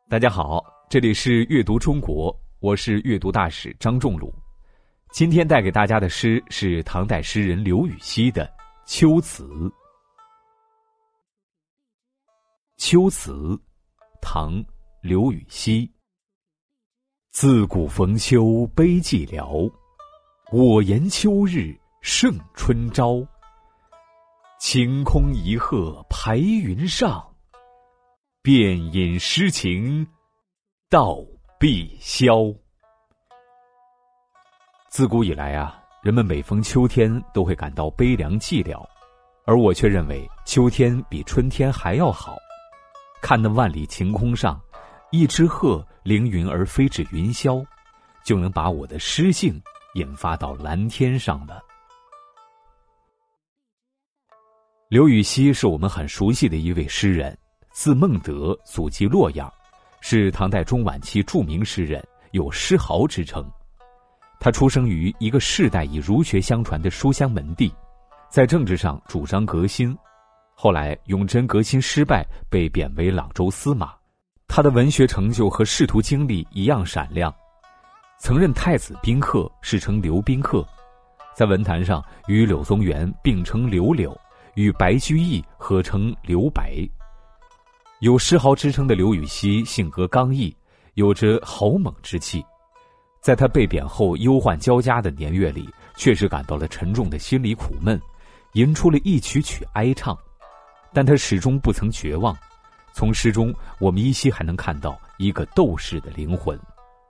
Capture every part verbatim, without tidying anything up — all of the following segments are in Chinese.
大家好，这里是阅读中国，我是阅读大使张仲鲁。今天带给大家的诗是唐代诗人刘禹锡的《秋词》。秋词，唐，刘禹锡。自古逢秋悲寂寥，我言秋日胜春朝。晴空一鹤排云上，便引诗情到碧霄。自古以来啊，人们每逢秋天都会感到悲凉寂寥，而我却认为秋天比春天还要好。看那万里晴空上，一只鹤凌云而飞至云霄，就能把我的诗兴引发到蓝天上了。刘禹锡是我们很熟悉的一位诗人，字孟德，祖籍洛阳，是唐代中晚期著名诗人，有诗豪之称。他出生于一个世代以儒学相传的书香门第，在政治上主张革新，后来永贞革新失败，被贬为朗州司马。他的文学成就和仕途经历一样闪亮，曾任太子宾客，世称刘宾客，在文坛上与柳宗元并称刘柳，与白居易合称刘白。有诗豪之称的刘禹锡性格刚毅，有着豪猛之气，在他被贬后忧患交加的年月里，确实感到了沉重的心理苦闷，吟出了一曲曲哀唱。但他始终不曾绝望，从诗中我们依稀还能看到一个斗士的灵魂。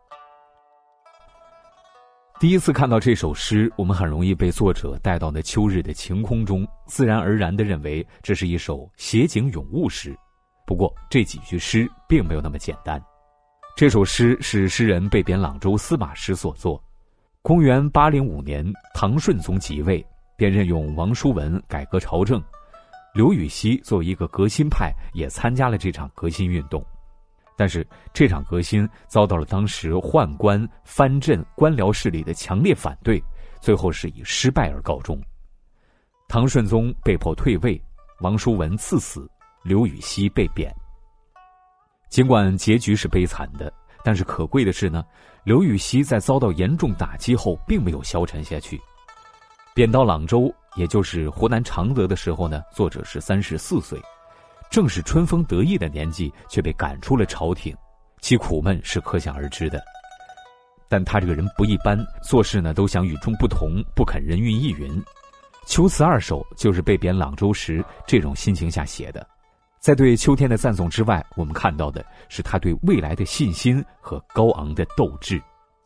第一次看到这首诗，我们很容易被作者带到那秋日的晴空中，自然而然地认为这是一首写景咏物诗。不过这几句诗并没有那么简单。这首诗是诗人被贬朗州司马时所作。公元八零五年，唐顺宗即位，便任用王叔文改革朝政。刘禹锡作为一个革新派，也参加了这场革新运动。但是这场革新遭到了当时宦官、藩镇、官僚势力的强烈反对，最后是以失败而告终。唐顺宗被迫退位，王叔文赐死，刘禹锡被贬。尽管结局是悲惨的，但是可贵的是呢，刘禹锡在遭到严重打击后并没有消沉下去。贬到朗州，也就是湖南常德的时候呢，作者是三十四岁，正是春风得意的年纪，却被赶出了朝廷，其苦闷是可想而知的。但他这个人不一般，做事呢都想与众不同，不肯人云亦云。秋词二首就是被贬朗州时这种心情下写的。在对秋天的赞颂之外，我们看到的是他对未来的信心和高昂的斗志。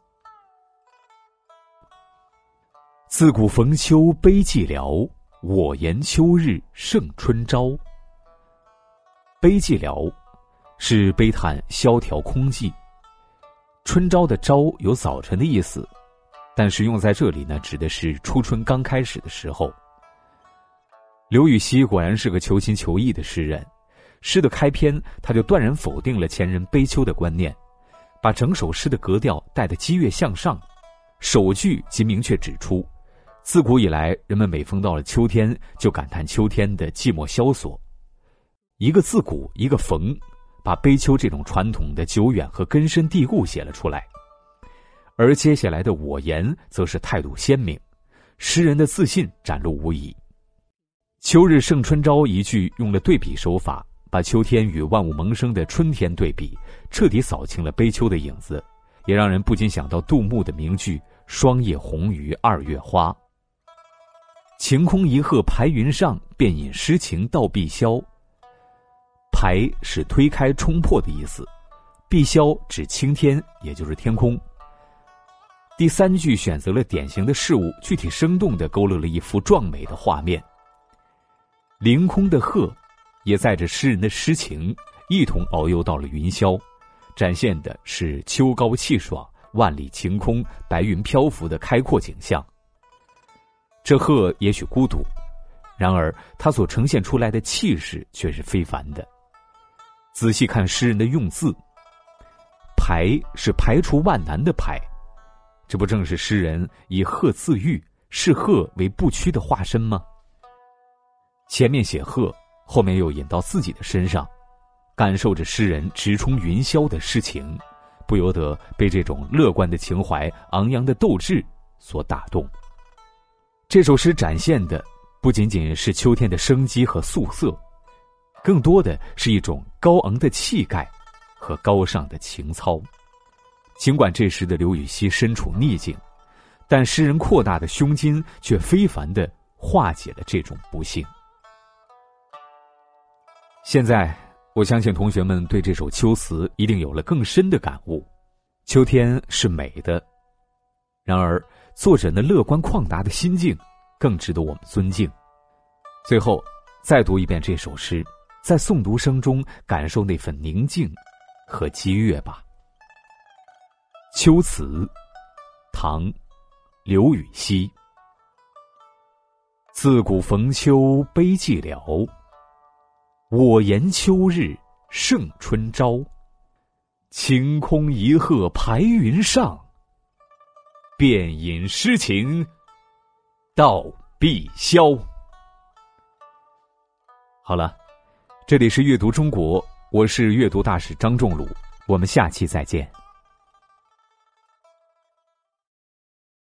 自古逢秋悲寂寥，我言秋日胜春朝。悲寂寥是悲叹萧条空寂，春朝的朝有早晨的意思，但是用在这里呢，指的是初春刚开始的时候。刘禹锡果然是个求新求异的诗人，诗的开篇他就断然否定了前人悲秋的观念，把整首诗的格调带得激越向上。首句即明确指出，自古以来人们每逢到了秋天，就感叹秋天的寂寞萧索。一个自古，一个逢，把悲秋这种传统的久远和根深蒂固写了出来。而接下来的我言则是态度鲜明，诗人的自信展露无遗。秋日胜春朝一句用了对比手法，把秋天与万物萌生的春天对比，彻底扫清了悲秋的影子，也让人不禁想到杜牧的名句霜叶红于二月花。晴空一鹤排云上，便引诗情到碧霄。排是推开冲破的意思，碧霄指青天，也就是天空。第三句选择了典型的事物，具体生动地勾勒了一幅壮美的画面。凌空的鹤也载着诗人的诗情，一同遨游到了云霄，展现的是秋高气爽、万里晴空、白云漂浮的开阔景象。这鹤也许孤独，然而它所呈现出来的气势却是非凡的。仔细看诗人的用字，排是排除万难的排，这不正是诗人以鹤自喻，视鹤为不屈的化身吗？前面写鹤，后面又引到自己的身上， 感受着诗人直冲云霄的诗情，不由得被这种乐观的情怀、昂扬的斗志所打动。这首诗展现的不仅仅是秋天的生机和素色，更多的是一种高昂的气概和高尚的情操。尽管这时的刘禹锡身处逆境，但诗人阔大的胸襟却非凡地化解了这种不幸。现在我相信同学们对这首秋词一定有了更深的感悟。秋天是美的，然而作者那乐观旷达的心境更值得我们尊敬。最后再读一遍这首诗，在诵读声中感受那份宁静和激越吧。秋词，唐，刘禹锡。自古逢秋悲寂寥，我言秋日胜春朝。晴空一鹤排云上，便引诗情到碧霄。好了，这里是阅读中国，我是阅读大使张仲鲁，我们下期再见。